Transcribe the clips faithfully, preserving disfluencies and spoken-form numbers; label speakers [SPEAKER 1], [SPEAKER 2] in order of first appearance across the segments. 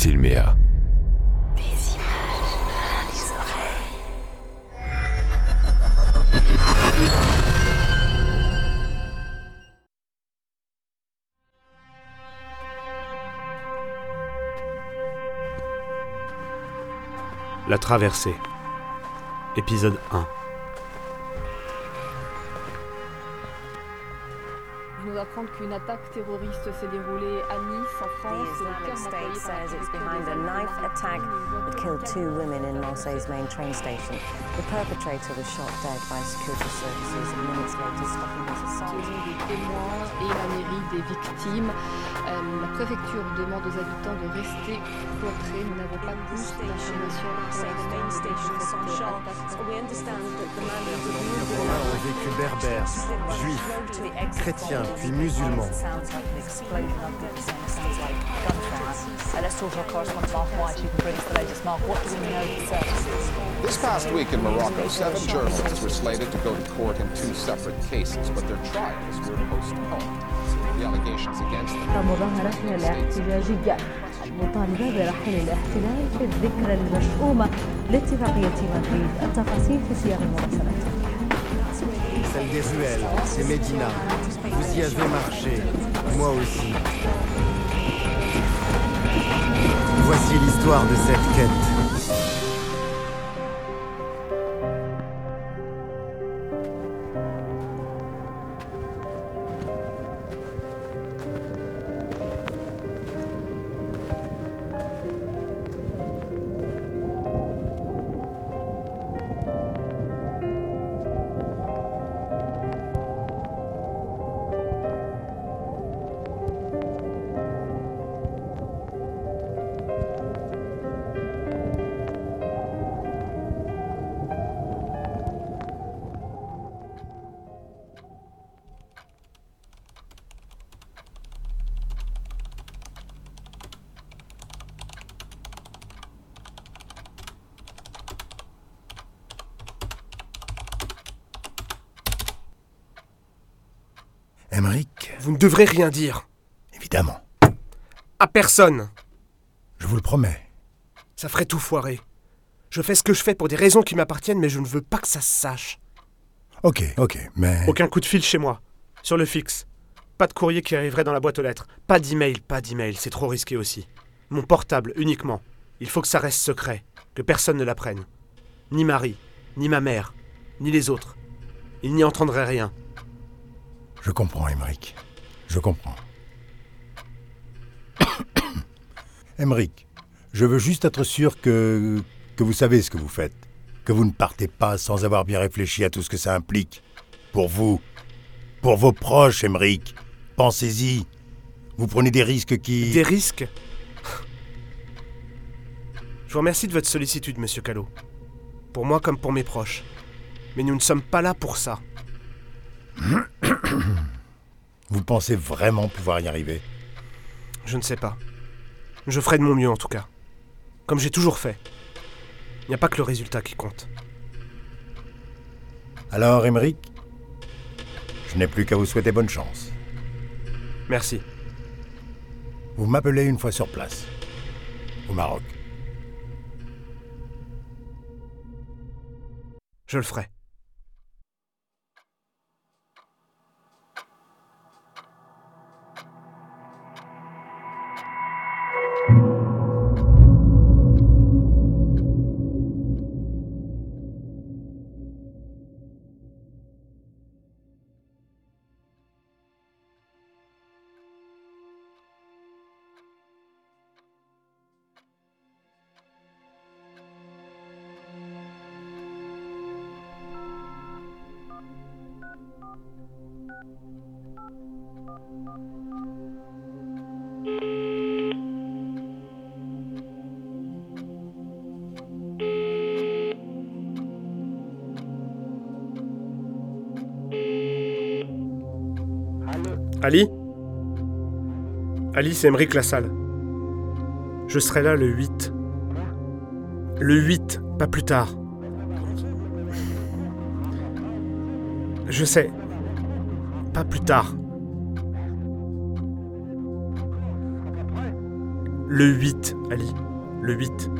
[SPEAKER 1] Tilmea.
[SPEAKER 2] Des images plein les oreilles.
[SPEAKER 3] La traversée. Épisode un.
[SPEAKER 4] Je nous apprendre qu'une attaque terroriste s'est déroulée à Nice, en France.
[SPEAKER 5] The Islamic State says it's behind a knife attack that killed two women in Marseille's main train station. The perpetrator was shot dead by security services minutes later, stopping his assault.
[SPEAKER 4] Selon des témoins et la mairie des victimes, euh, la préfecture demande aux habitants de rester cloîtrés. Nous n'avons pas plus d'informations sur la
[SPEAKER 5] main station Saint-Jean. We understand that the man
[SPEAKER 6] ont vécu berbères, juifs, chrétiens, puis musulmans.
[SPEAKER 7] This past week in Morocco, seven journalists were slated to go to court in two separate cases, but their trials were postponed. The allegations against them.
[SPEAKER 8] مظاهرة الاحتجاجية المطالبة برحيل الاحتلال في الذكرى المشؤومة لاتفاقية مدريد. التفاصيل في سياق المراسلة.
[SPEAKER 6] Celle des ruelles, c'est Médina. Vous y avez marché, moi aussi. Voici l'histoire de cette quête. Emmerich ?
[SPEAKER 3] Vous ne devrez rien dire.
[SPEAKER 6] Évidemment.
[SPEAKER 3] À personne.
[SPEAKER 6] Je vous le promets.
[SPEAKER 3] Ça ferait tout foirer. Je fais ce que je fais pour des raisons qui m'appartiennent, mais je ne veux pas que ça se sache.
[SPEAKER 6] Ok, ok, mais...
[SPEAKER 3] Aucun coup de fil chez moi. Sur le fixe. Pas de courrier qui arriverait dans la boîte aux lettres. Pas d'email, pas d'email, c'est trop risqué aussi. Mon portable, uniquement. Il faut que ça reste secret. Que personne ne l'apprenne. Ni Marie, ni ma mère, ni les autres. Ils n'y entendraient rien.
[SPEAKER 6] Je comprends, Emmerich. Je comprends. Emmerich, je veux juste être sûr que... que vous savez ce que vous faites. Que vous ne partez pas sans avoir bien réfléchi à tout ce que ça implique. Pour vous. Pour vos proches, Emmerich. Pensez-y. Vous prenez des risques qui...
[SPEAKER 3] Des risques ? Je vous remercie de votre sollicitude, monsieur Callot. Pour moi comme pour mes proches. Mais nous ne sommes pas là pour ça.
[SPEAKER 6] Vous pensez vraiment pouvoir y arriver ?
[SPEAKER 3] Je ne sais pas. Je ferai de mon mieux en tout cas. Comme j'ai toujours fait. Il n'y a pas que le résultat qui compte.
[SPEAKER 6] Alors, Emmerich, je n'ai plus qu'à vous souhaiter bonne chance.
[SPEAKER 3] Merci.
[SPEAKER 6] Vous m'appelez une fois sur place. Au Maroc.
[SPEAKER 3] Je le ferai. Ali ? Ali, c'est Emmerich Lassalle. Je serai là le huit. Le huit, pas plus tard. Je sais. Pas plus tard. Le huit, Ali. Le huit.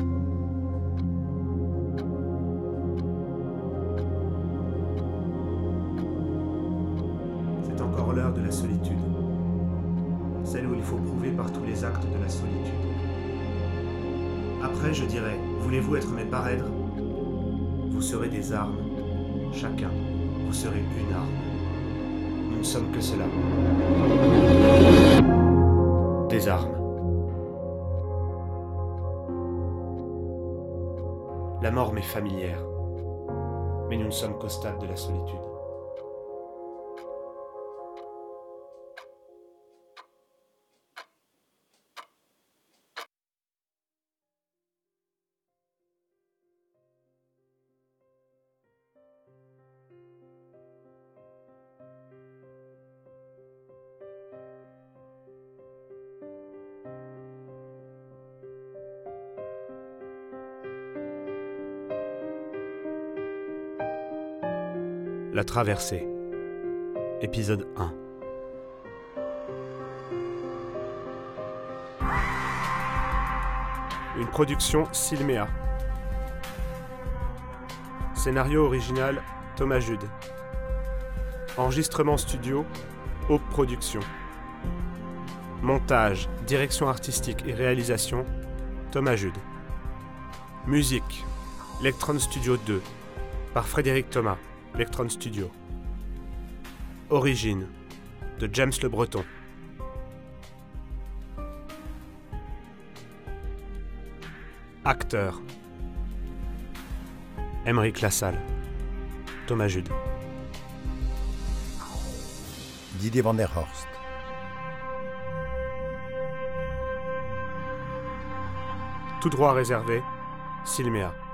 [SPEAKER 3] C'est encore l'heure de la solitude. Celle où il faut prouver par tous les actes de la solitude. Après, je dirais, voulez-vous être mes parèdres ? Vous serez des armes. Chacun, vous serez une arme. Nous ne sommes que cela. Des armes. La mort m'est familière, mais nous ne sommes qu'au stade de la solitude. La traversée. Épisode un. Une production Silméa. Scénario original Thomas Jude. Enregistrement studio Aube Productions. Montage, direction artistique et réalisation Thomas Jude. Musique Electron Studio deux par Frédéric Thomas. Electron Studio. Origine de James Le Breton. Acteur Aymeric Lassalle. Thomas Jude.
[SPEAKER 6] Didier Van der Horst.
[SPEAKER 3] Tout droit réservé, Silméa.